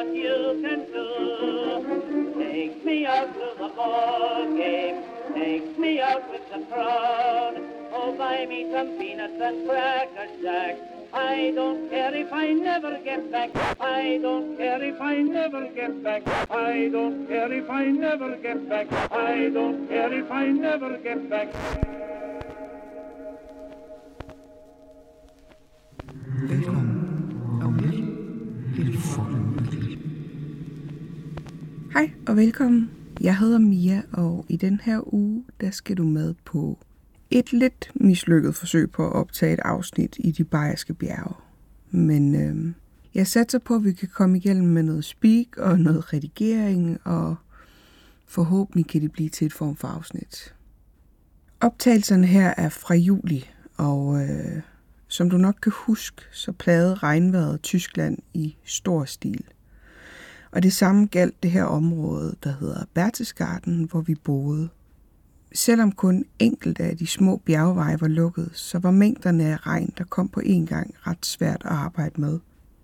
what you can do. Take me out to the ball game, take me out with the crowd. Oh, buy me some peanuts and Cracker Jack. I don't care if I never get back. I don't care if I never get back. I don't care if I never get back. I don't care if I never get back. Velkommen og virkelig fornøjelig. Hej og velkommen. Jeg hedder Mia, og i den her uge, der skal du med på et lidt mislykket forsøg på at optage et afsnit i de bayerske bjerge. Men jeg satser på, at vi kan komme igennem med noget speak og noget redigering, og forhåbentlig kan det blive til et form for afsnit. Optagelserne her er fra juli, og som du nok kan huske, så plagede regnvejret Tyskland i stor stil. Og det samme galt det her område, der hedder Berchtesgaden, hvor vi boede. Selvom kun enkelte af de små bjergveje var lukket, så var mængderne af regn, der kom på en gang, ret svært at arbejde med.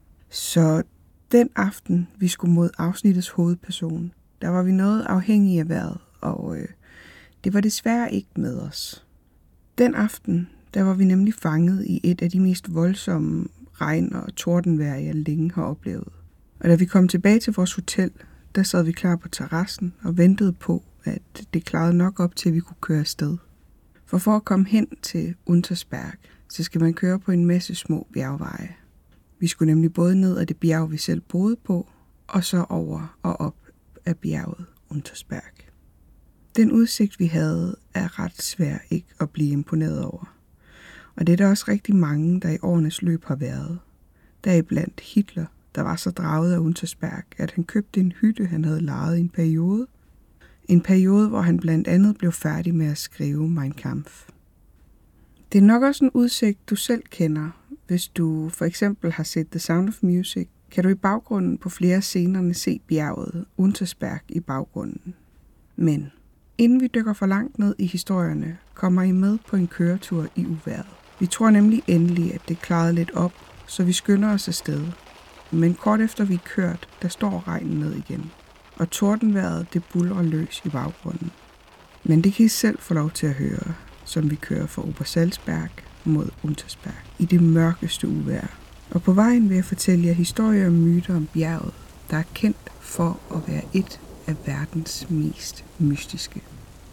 Så den aften, vi skulle mod afsnittets hovedperson, der var vi noget afhængige af vejret, og det var desværre ikke med os. Den aften, der var vi nemlig fanget i et af de mest voldsomme regn- og tordenvejr, jeg længe har oplevet. Og da vi kom tilbage til vores hotel, der sad vi klar på terrassen og ventede på, at det klarede nok op til, at vi kunne køre afsted. For at komme hen til Untersberg, så skal man køre på en masse små bjergveje. Vi skulle nemlig både ned ad det bjerg, vi selv boede på, og så over og op af bjerget Untersberg. Den udsigt, vi havde, er ret svær ikke at blive imponeret over. Og det er der også rigtig mange, der i årenes løb har været. Deriblandt Hitler, der var så draget af Untersberg, at han købte en hytte, han havde lejet i en periode. En periode, hvor han blandt andet blev færdig med at skrive Mein Kampf. Det er nok også en udsigt, du selv kender. Hvis du for eksempel har set The Sound of Music, kan du i baggrunden på flere scenerne se bjerget Untersberg i baggrunden. Men inden vi dykker for langt ned i historierne, kommer I med på en køretur i uvejret. Vi tror nemlig endelig, at det klarede lidt op, så vi skynder os afsted. Men kort efter vi er kørt, der står regnen ned igen. Og tordenvejret, det buldrer løs i baggrunden. Men det kan I selv få lov til at høre, som vi kører fra Obersalzberg mod Untersberg i det mørkeste uvejr. Og på vejen vil jeg fortælle jer historier og myter om bjerget, der er kendt for at være et af verdens mest mystiske.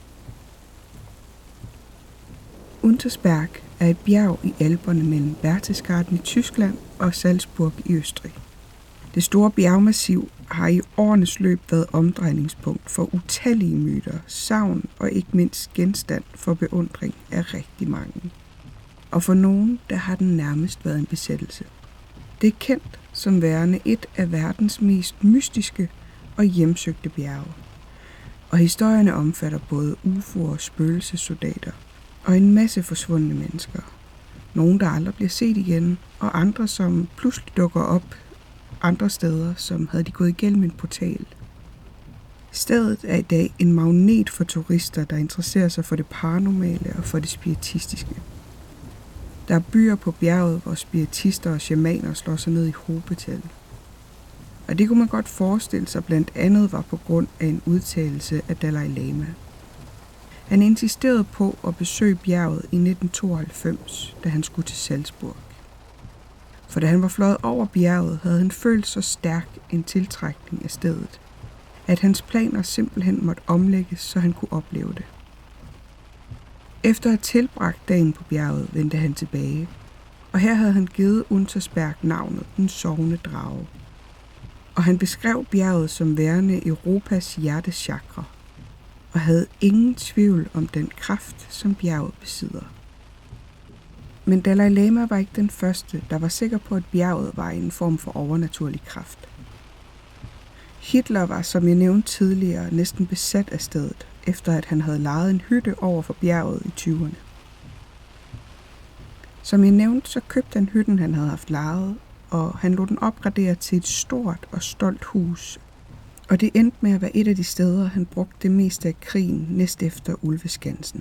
Untersberg er et bjerg i Alperne mellem Berchtesgaden i Tyskland og Salzburg i Østrig. Det store bjergmassiv har i årenes løb været omdrejningspunkt for utallige myter, sagn og ikke mindst genstand for beundring af rigtig mange. Og for nogen, der har den nærmest været en besættelse. Det er kendt som værende et af verdens mest mystiske og hjemsøgte bjerge. Og historierne omfatter både UFO'er og spøgelsessoldater og en masse forsvundne mennesker. Nogle, der aldrig bliver set igen, og andre, som pludselig dukker op andre steder, som havde de gået igennem en portal. Stedet er i dag en magnet for turister, der interesserer sig for det paranormale og for det spiritistiske. Der er byer på bjerget, hvor spiritister og shamaner slår sig ned i hobetal. Og det kunne man godt forestille sig blandt andet var på grund af en udtalelse af Dalai Lama. Han insisterede på at besøge bjerget i 1992, da han skulle til Salzburg. For da han var fløjet over bjerget, havde han følt så stærk en tiltrækning af stedet, at hans planer simpelthen måtte omlægges, så han kunne opleve det. Efter at have tilbragt dagen på bjerget, vendte han tilbage, og her havde han givet Untersberg navnet Den Sovende Drage. Og han beskrev bjerget som værende Europas hjertechakra, og havde ingen tvivl om den kraft, som bjerget besidder. Men Dalai Lama var ikke den første, der var sikker på, at bjerget var en form for overnaturlig kraft. Hitler var, som jeg nævnte tidligere, næsten besat af stedet, efter at han havde lejet en hytte over for bjerget i 20'erne. Som jeg nævnte, så købte han hytten, han havde haft lejet, og han lod den opgradere til et stort og stolt hus. Og det endte med at være et af de steder, han brugte det meste af krigen næst efter Ulveskansen.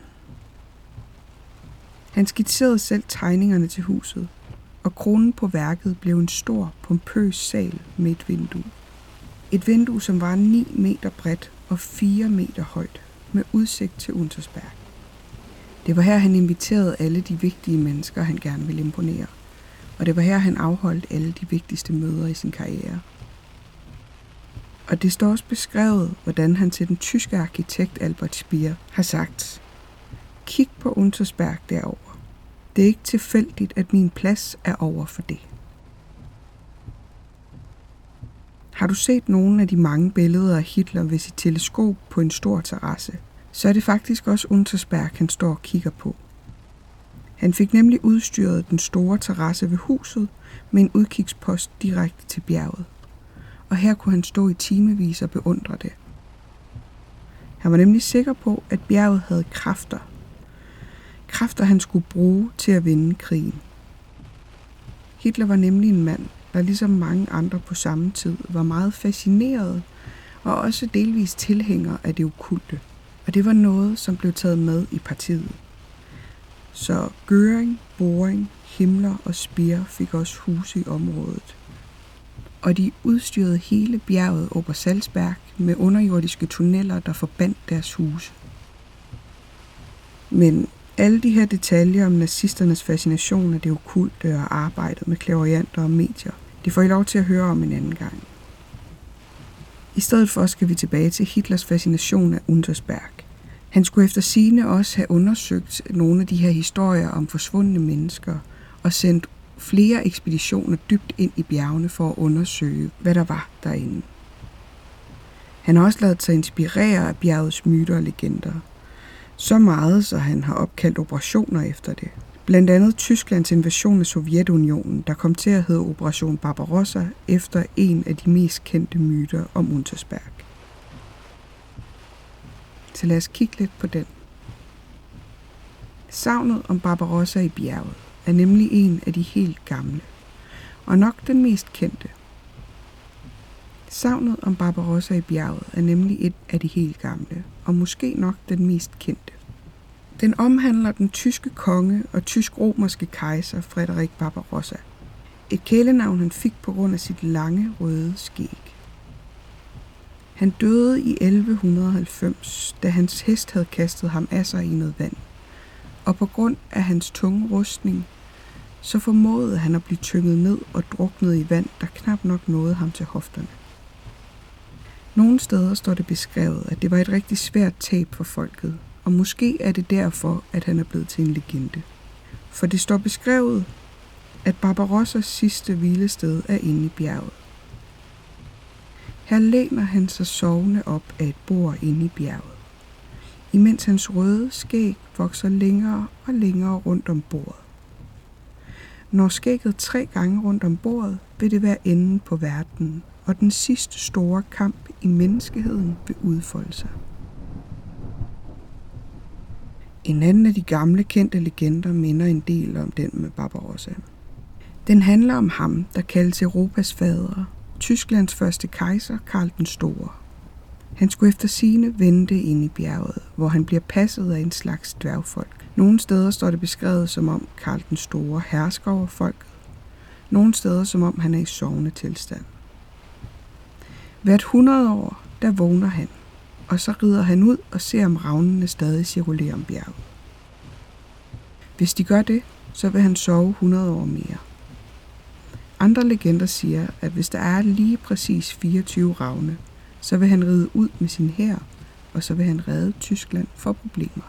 Han skitserede selv tegningerne til huset, og kronen på værket blev en stor, pompøs sal med et vindue. Et vindue, som var 9 meter bredt og 4 meter højt, med udsigt til Untersberg. Det var her, han inviterede alle de vigtige mennesker, han gerne ville imponere. Og det var her, han afholdt alle de vigtigste møder i sin karriere. Og det står også beskrevet, hvordan han til den tyske arkitekt Albert Speer har sagt: kig på Untersberg derover. Det er ikke tilfældigt, at min plads er over for det. Har du set nogle af de mange billeder af Hitler ved sit teleskop på en stor terrasse, så er det faktisk også Untersberg, han står og kigger på. Han fik nemlig udstyret den store terrasse ved huset med en udkigspost direkte til bjerget. Og her kunne han stå i timevis og beundre det. Han var nemlig sikker på, at bjerget havde kræfter. Kræfter, han skulle bruge til at vinde krigen. Hitler var nemlig en mand, der ligesom mange andre på samme tid var meget fascineret og også delvis tilhænger af det okkulte. Og det var noget, som blev taget med i partiet. Så Göring, Göring, Himmler og Speer fik også huse i området. Og de udstyrede hele bjerget Obersalzberg med underjordiske tunneller, der forbandt deres huse. Men alle de her detaljer om nazisternes fascination af det okkulte og arbejdet med clairvoyanter og medier, det får I lov til at høre om en anden gang. I stedet for skal vi tilbage til Hitlers fascination af Untersberg. Han skulle efter sigende også have undersøgt nogle af de her historier om forsvundne mennesker og sendt flere ekspeditioner dybt ind i bjergene for at undersøge, hvad der var derinde. Han har også ladet sig inspirere af bjergets myter og legender. Så meget, så han har opkaldt operationer efter det. Blandt andet Tysklands invasion af Sovjetunionen, der kom til at hedde Operation Barbarossa efter en af de mest kendte myter om Untersberg. Så lad os kigge lidt på den. Sagnet om Barbarossa i bjerget er nemlig en af de helt gamle, og nok den mest kendte. Sagnet om Barbarossa i bjerget er nemlig et af de helt gamle, og måske nok den mest kendte. Den omhandler den tyske konge og tysk-romerske kejser Frederik Barbarossa. Et kælenavn han fik på grund af sit lange røde skæg. Han døde i 1190, da hans hest havde kastet ham af sig i noget vand. Og på grund af hans tunge rustning, så formåede han at blive tynget ned og druknet i vand, der knap nok nåede ham til hofterne. Nogle steder står det beskrevet, at det var et rigtig svært tab for folket, og måske er det derfor, at han er blevet til en legende. For det står beskrevet, at Barbarossas sidste hvilested er inde i bjerget. Her læner han sig sovende op af et bord inde i bjerget, imens hans røde skæg vokser længere og længere rundt om bordet. Når skægget 3 gange rundt om bordet, vil det være enden på verden, og den sidste store kamp i menneskeheden vil udfolde sig. En anden af de gamle kendte legender minder en del om den med Barbarossa. Den handler om ham, der kaldes Europas fader, Tysklands første kejser, Karl den Store. Han skulle efter sigende vente ind i bjerget, hvor han bliver passet af en slags dværgfolk. Nogle steder står det beskrevet som om Karl den Store hersker over folket. Nogle steder som om han er i sovende tilstand. Hvert 100 år, der vågner han, og så rider han ud og ser om ravnene stadig cirkulerer om bjerget. Hvis de gør det, så vil han sove 100 år mere. Andre legender siger, at hvis der er lige præcis 24 ravne, så vil han ride ud med sin hær, og så vil han redde Tyskland for problemer.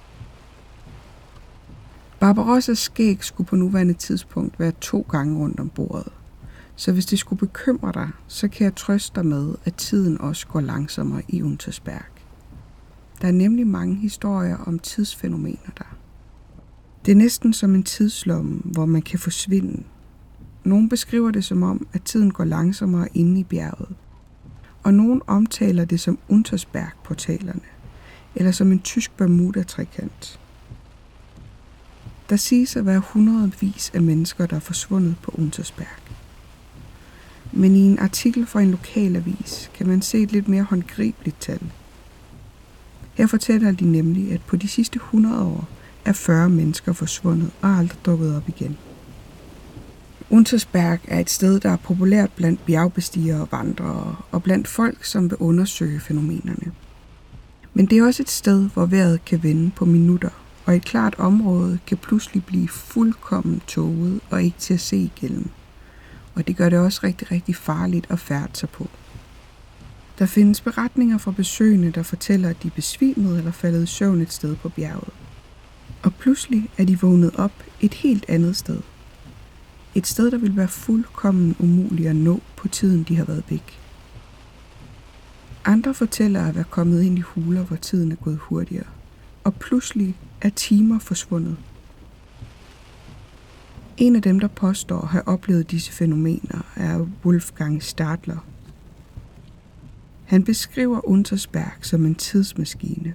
Barbarossas skæg skulle på nuværende tidspunkt være 2 gange rundt om bordet. Så hvis det skulle bekymre dig, så kan jeg trøste dig med, at tiden også går langsommere i Untersberg. Der er nemlig mange historier om tidsfænomener der. Det er næsten som en tidslomme, hvor man kan forsvinde. Nogle beskriver det som om, at tiden går langsommere inde i bjerget. Og nogen omtaler det som Untersberg-portalerne, eller som en tysk Bermuda-trekant. Der siges at være hundredvis af mennesker, der er forsvundet på Untersberg. Men i en artikel fra en lokalavis kan man se et lidt mere håndgribeligt tal. Her fortæller de nemlig, at på de sidste 100 år er 40 mennesker forsvundet og aldrig dukket op igen. Untersberg er et sted, der er populært blandt bjergbestigere og vandrere, og blandt folk, som vil undersøge fænomenerne. Men det er også et sted, hvor vejret kan vende på minutter, og et klart område kan pludselig blive fuldkommen tåget og ikke til at se igennem. Og det gør det også rigtig, rigtig farligt at færde sig på. Der findes beretninger fra besøgende, der fortæller, at de er besvimet eller faldet i søvn et sted på bjerget. Og pludselig er de vågnet op et helt andet sted. Et sted, der vil være fuldkommen umuligt at nå på tiden, de har været væk. Andre fortæller at være kommet ind i huler, hvor tiden er gået hurtigere. Og pludselig er timer forsvundet. En af dem, der påstår at have oplevet disse fænomener, er Wolfgang Stadler. Han beskriver Untersberg som en tidsmaskine.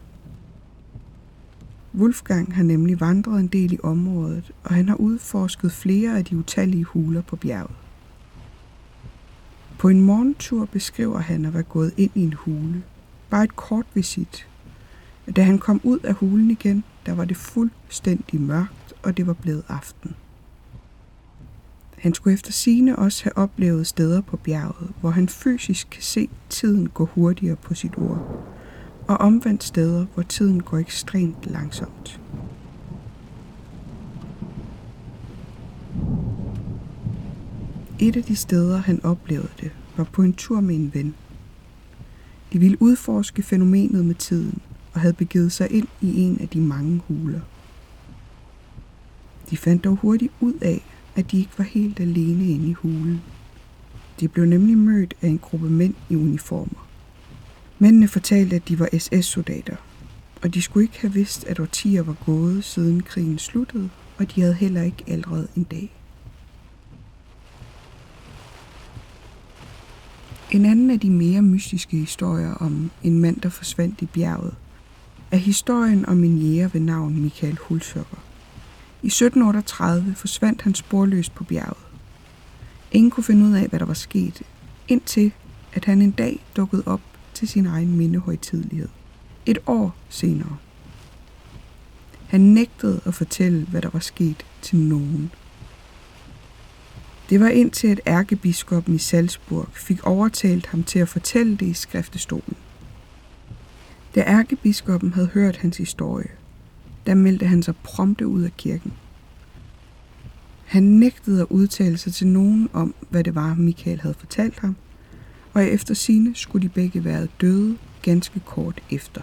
Wolfgang har nemlig vandret en del i området, og han har udforsket flere af de utallige huler på bjerget. På en morgentur beskriver han at være gået ind i en hule. Bare et kort visit. Da han kom ud af hulen igen, der var det fuldstændig mørkt, og det var blevet aften. Han skulle efter sigende også have oplevet steder på bjerget, hvor han fysisk kan se tiden gå hurtigere på sit ur, og omvendt steder, hvor tiden går ekstremt langsomt. Et af de steder, han oplevede det, var på en tur med en ven. De ville udforske fænomenet med tiden, og havde begivet sig ind i en af de mange huler. De fandt dog hurtigt ud af, at de ikke var helt alene inde i hulen. De blev nemlig mødt af en gruppe mænd i uniformer. Mændene fortalte, at de var SS-soldater, og de skulle ikke have vidst, at årtier var gået, siden krigen sluttede, og de havde heller ikke aldret en dag. En anden af de mere mystiske historier om en mand, der forsvandt i bjerget, er historien om en jæger ved navn Michael Hulshocker. I 1738 forsvandt han sporløst på bjerget. Ingen kunne finde ud af, hvad der var sket, indtil at han en dag dukkede op til sin egen mindehøjtidelighed. Et år senere. Han nægtede at fortælle, hvad der var sket til nogen. Det var indtil, at ærkebiskoppen i Salzburg fik overtalt ham til at fortælle det i skriftestolen. Da ærkebiskoppen havde hørt hans historie, der meldte han sig prompte ud af kirken. Han nægtede at udtale sig til nogen om, hvad det var, Michael havde fortalt ham, og efter sigende skulle de begge være døde ganske kort efter.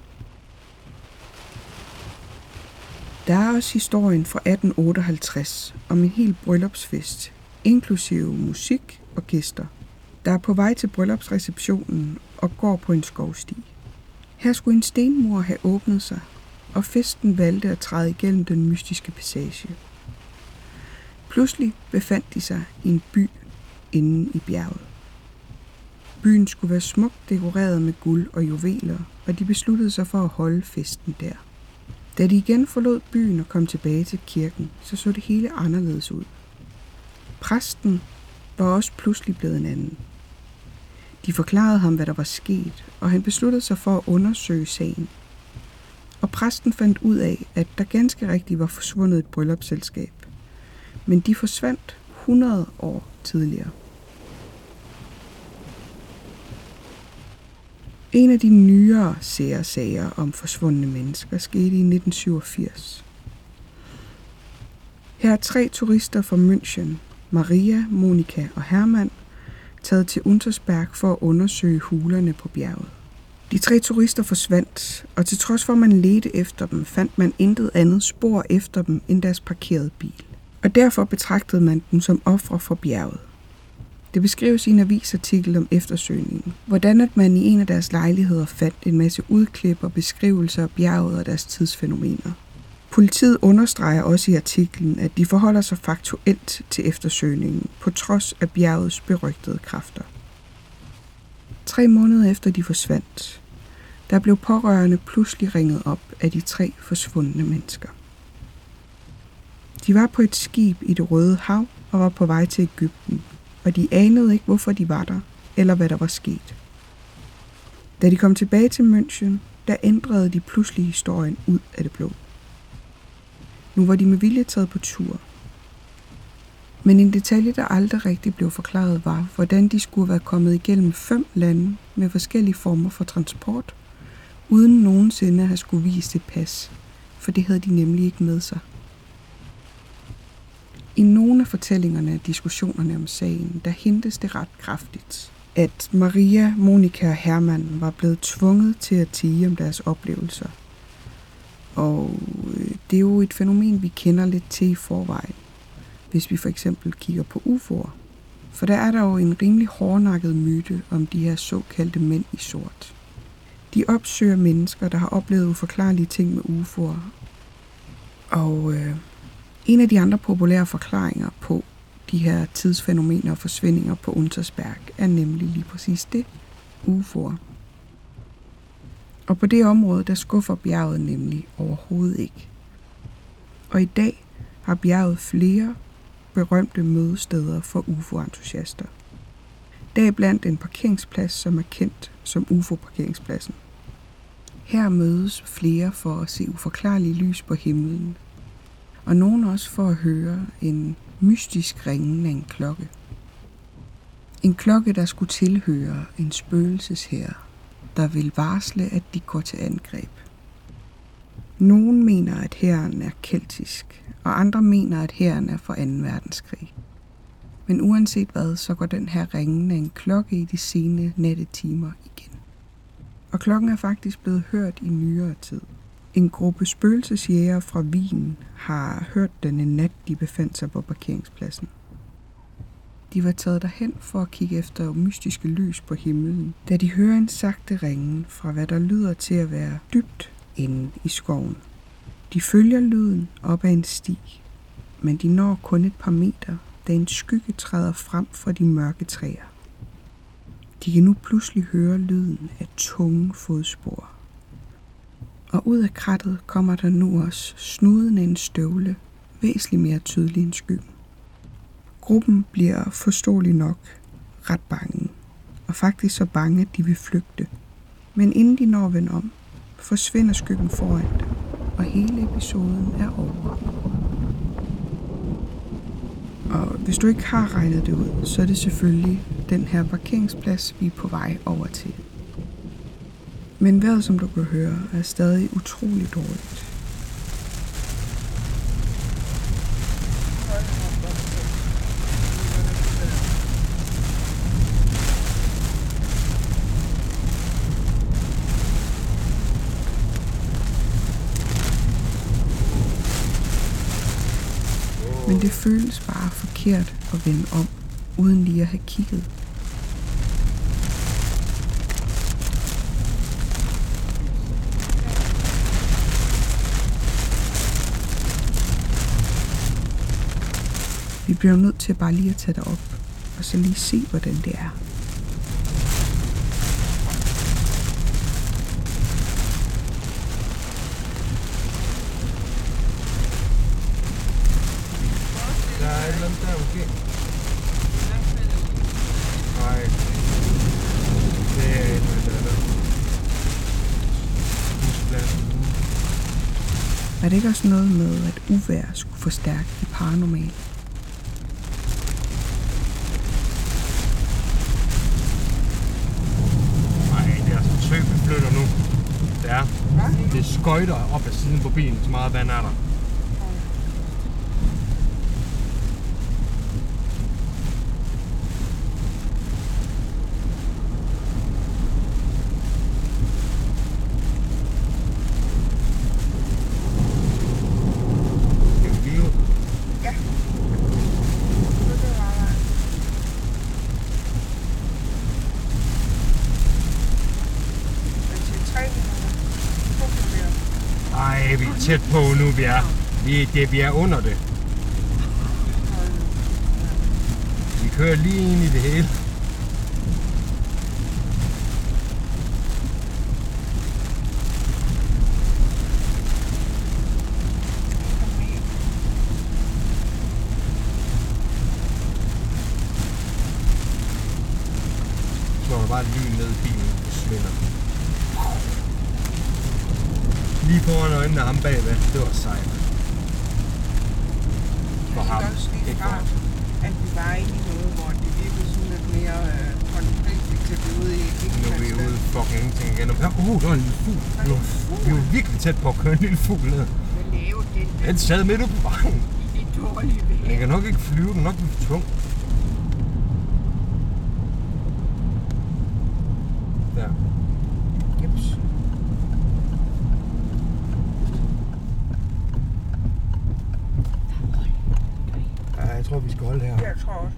Der er også historien fra 1858 om en hel bryllupsfest, inklusive musik og gæster, der er på vej til bryllupsreceptionen og går på en skovsti. Her skulle en stenmur have åbnet sig, og festen valgte at træde igennem den mystiske passage. Pludselig befandt de sig i en by inde i bjerget. Byen skulle være smukt dekoreret med guld og juveler, og de besluttede sig for at holde festen der. Da de igen forlod byen og kom tilbage til kirken, så det hele anderledes ud. Præsten var også pludselig blevet en anden. De forklarede ham, hvad der var sket, og han besluttede sig for at undersøge sagen. Og præsten fandt ud af, at der ganske rigtigt var forsvundet et bryllupsselskab. Men de forsvandt 100 år tidligere. En af de nyere sære sager om forsvundne mennesker skete i 1987. Her er 3 turister fra München, Maria, Monika og Hermann, taget til Untersberg for at undersøge hulerne på bjerget. De 3 turister forsvandt, og til trods for, at man ledte efter dem, fandt man intet andet spor efter dem end deres parkerede bil. Og derfor betragtede man dem som ofre for bjerget. Det beskrives i en avisartikel om eftersøgningen, hvordan at man i en af deres lejligheder fandt en masse udklip og beskrivelser af bjerget og deres tidsfænomener. Politiet understreger også i artiklen, at de forholder sig faktuelt til eftersøgningen, på trods af bjergets berygtede kræfter. 3 måneder efter de forsvandt, der blev pårørende pludselig ringet op af de 3 forsvundne mennesker. De var på et skib i Det Røde Hav og var på vej til Egypten, og de anede ikke, hvorfor de var der, eller hvad der var sket. Da de kom tilbage til München, der ændrede de pludselig historien ud af det blå. Nu var de med vilje taget på tur. Men en detalje, der aldrig rigtig blev forklaret, var, hvordan de skulle være kommet igennem 5 lande med forskellige former for transport, uden nogensinde at have skulle vise et pas, for det havde de nemlig ikke med sig. I nogle af fortællingerne og diskussionerne om sagen, der hintes det ret kraftigt, at Maria, Monica og Hermann var blevet tvunget til at tie om deres oplevelser. Og det er jo et fænomen, vi kender lidt til i forvejen, hvis vi for eksempel kigger på UFO'er. For der er der jo en rimelig hårdnakket myte om de her såkaldte mænd i sort. De opsøger mennesker, der har oplevet uforklarlige ting med UFO'er. Og en af de andre populære forklaringer på de her tidsfænomener og forsvindinger på Untersberg er nemlig lige præcis det, UFO'er. Og på det område, der skuffer bjerget nemlig overhovedet ikke. Og i dag har bjerget flere berømte mødesteder for UFO-entusiaster. Deriblandt en parkeringsplads, som er kendt som UFO-parkeringspladsen. Her mødes flere for at se uforklarlige lys på himlen, og nogen også for at høre en mystisk ringen af en klokke. En klokke, der skulle tilhøre en spøgelseshær, der vil varsle, at de går til angreb. Nogen mener, at hæren er keltisk, og andre mener, at hæren er fra 2. verdenskrig. Men uanset hvad, så går den her ringen af en klokke i de sene nattetimer igen. Og klokken er faktisk blevet hørt i nyere tid. En gruppe spøgelsesjægere fra Wien har hørt den en nat, de befandt sig på parkeringspladsen. De var taget derhen for at kigge efter mystiske lys på himlen, da de hører en sagte ringen fra hvad der lyder til at være dybt inde i skoven. De følger lyden op ad en sti, men de når kun et par meter, da en skygge træder frem fra de mørke træer. De kan nu pludselig høre lyden af tunge fodspor. Og ud af krattet kommer der nu også snuden af en støvle, væsentligt mere tydelig end skyggen. Gruppen bliver forståeligt nok ret bange, og faktisk så bange, at de vil flygte. Men inden de når at vende om, forsvinder skyggen foran dem, og hele episoden er over. Og hvis du ikke har regnet det ud, så er det selvfølgelig den her parkeringsplads, vi er på vej over til. Men vejret, som du kan høre, er stadig utroligt dårligt. Men det føles bare forkert at vende om, uden lige at have kigget. Vi bliver nødt til bare lige at tage det op, og så lige se, hvordan det er. Der er et eller andet der måske. Nej. Det er et eller andet. Er det ikke også noget med, at uvejr skulle forstærke det paranormale? Søben flytter nu. Det er. Det skøjter op ad siden på bilen, så meget vand er der. Skal vi lige ud? Ja. Ej, vi er tæt på nu, vi er under det. Vi kører lige ind i det hele. Slår der bare lyn ned i bilen og svinder. Lige foran øjnene af ham bagved. Det var sejt. For ham. Ikke for ham. bare ikke noget, hvor det virkelig sådan lidt mere håndgribeligt til at blive ude i. Nu er vi ude i fucking ingenting igen. Der var en lille fugl. Vi var virkelig tæt på at køre en lille fugl ned. Hvad laver den? Den sad midt ude på vejen. I det dårlige vejr. Den kan nok ikke flyve, den nok blive for tung. Der. Jeps. Ja, jeg tror, vi skal holde her. Jeg tror også.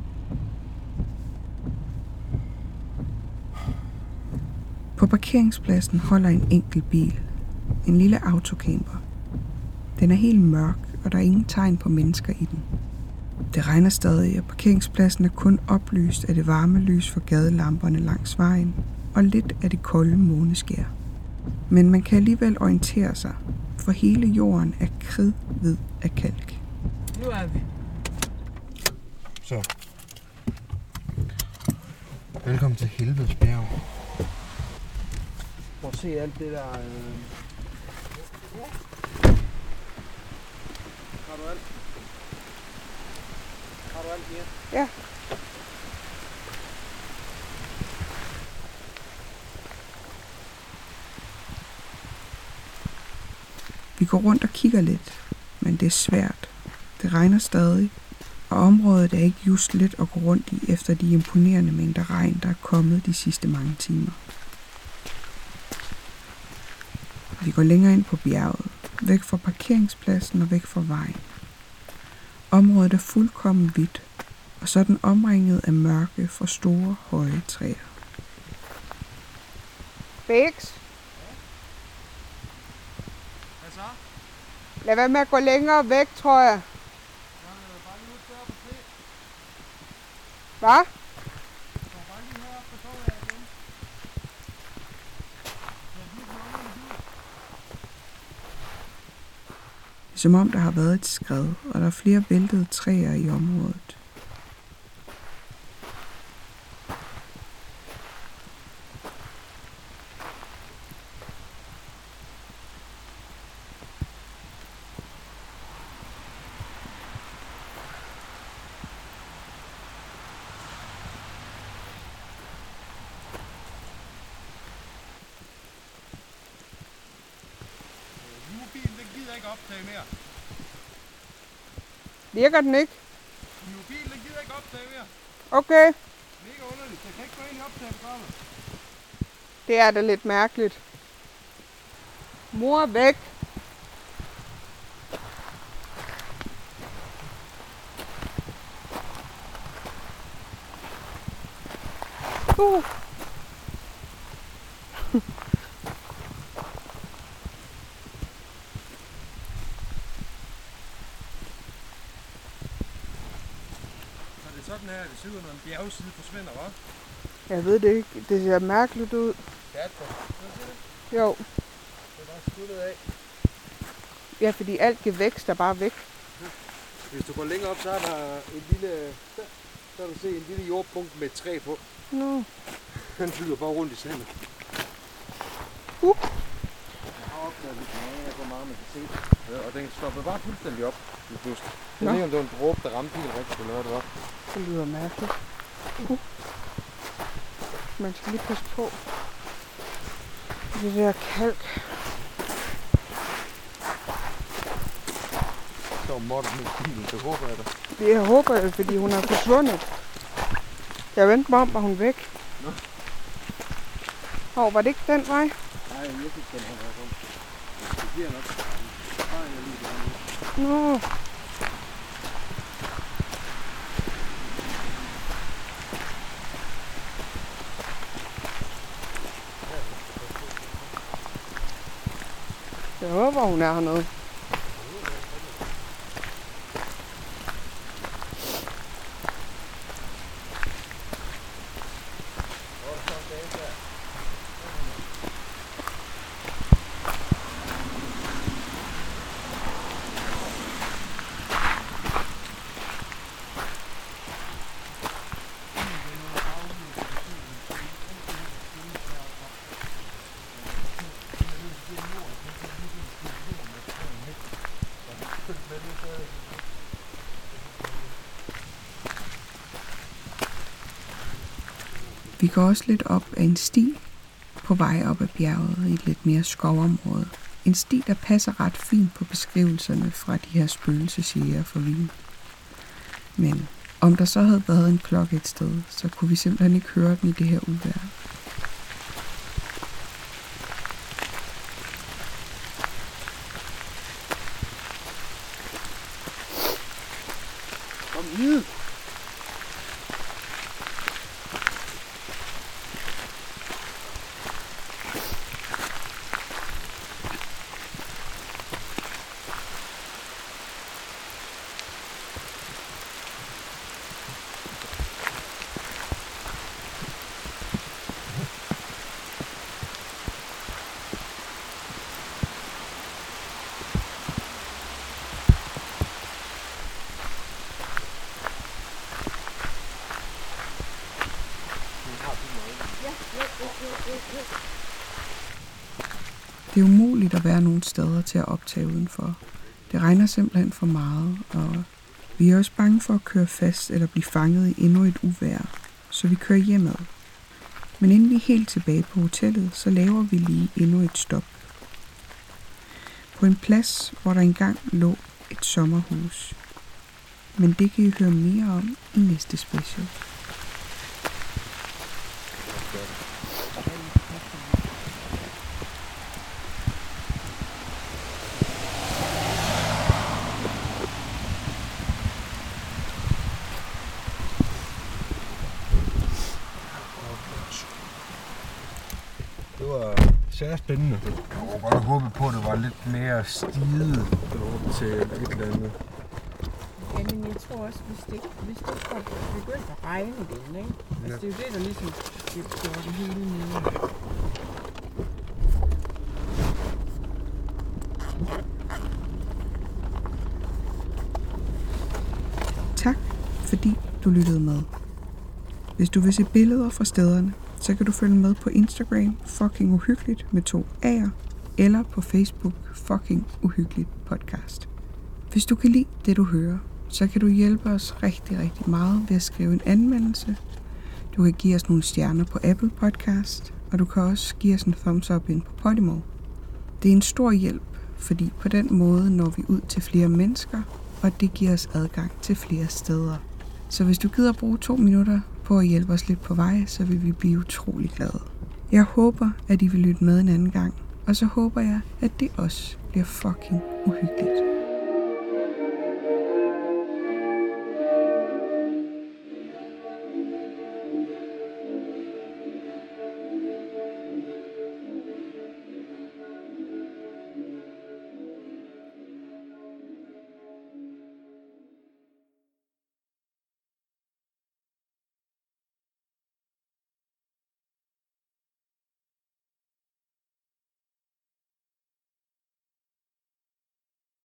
På parkeringspladsen holder en enkelt bil. En lille autocamper. Den er helt mørk, og der er ingen tegn på mennesker i den. Det regner stadig, og parkeringspladsen er kun oplyst af det varme lys fra gadelamperne langs vejen, og lidt af det kolde måneskær. Men man kan alligevel orientere sig, for hele jorden er kridhvid af kalk. Nu er vi. Så. Velkommen til Helvedes bjerg. Prøv at se alt det der... Har du alt? Har du alt her? Ja. Vi går rundt og kigger lidt, men det er svært. Det regner stadig, og området er ikke just let at gå rundt i efter de imponerende mængder regn, der er kommet de sidste mange timer. Vi går længere ind på bjerget, væk fra parkeringspladsen og væk fra vejen. Området er fuldkommen hvidt, og så er den omringet af mørke fra store, høje træer. Bix? Hvad så? Lad være med at gå længere væk, tror jeg. Hvad? Som om der har været et skred, og der er flere væltede træer i området. Mobilen, den gider ikke optage mere. Virker den ikke? Mobilen, den gider ikke optage mere. Okay. Mega underligt. Jeg kan ikke gå ind i optageprogrammet. Det er da lidt mærkeligt. Mor væk. Så det er sådan her, det ser ud, når en bjergside forsvinder, hva'? Jeg ved det ikke. Det ser mærkeligt ud. Ja, det er det. Jo. Det er bare skuttet af. Ja, fordi alt gevækst er bare væk. Hvis du går længere op, så er der en lille... Så kan du se en lille jordpunkt med et træ på. Nå. Den flyder bare rundt i sandet. Jeg har opdaget lidt meget, jeg går meget, man kan se. Ja, og den stopper bare fuldstændig op i pludselig. Jeg ved ikke, om det var en dråbe, der ramte bilen rigtigt, eller hvad det var. Det lyder mærkeligt. Man skal lige passe på. Det der kalk. Så var Morten med bilen, det håber jeg da. Jeg håber, fordi hun er forsvundet. Jeg vendte mig om, var hun væk. Var det ikke den vej? Nej, jeg synes, den har været rundt. Det bliver nok. Nej, jeg lige der. Nå. Jeg håber, hun er hernede. Vi går også lidt op ad en sti på vej op ad bjerget i et lidt mere skovområde. En sti, der passer ret fint på beskrivelserne fra de her spøgelsesjæger for Wien. Men om der så havde været en klokke et sted, så kunne vi simpelthen ikke høre den i det her uvejr. Kom hid! Det er umuligt at være nogle steder til at optage udenfor. Det regner simpelthen for meget, og vi er også bange for at køre fast eller blive fanget i endnu et uvejr, så vi kører hjemad. Men inden vi er helt tilbage på hotellet, så laver vi lige endnu et stop. På en plads, hvor der engang lå et sommerhus. Men det kan I høre mere om i næste special. Det var særligt spændende. Jeg var godt håbet på, at det var lidt mere stiget til et eller andet. Ja, men jeg tror også, hvis det var begyndt at regne igen, ikke? Altså, det er jo det, der ligesom gjorde det hele nede. Tak, fordi du lyttede med. Hvis du vil se billeder fra stederne, så kan du følge med på Instagram Fucking Uhyggeligt med 2 A'er, eller på Facebook Fucking Uhyggeligt Podcast. Hvis du kan lide det, du hører, så kan du hjælpe os rigtig, rigtig meget ved at skrive en anmeldelse. Du kan give os nogle stjerner på Apple Podcast, og du kan også give os en thumbs up ind på Podimo. Det er en stor hjælp, fordi på den måde når vi ud til flere mennesker, og det giver os adgang til flere steder. Så hvis du gider bruge 2 minutter på at hjælpe os lidt på vej, så vil vi blive utrolig glade. Jeg håber, at I vil lytte med en anden gang, og så håber jeg, at det også bliver fucking uhyggeligt.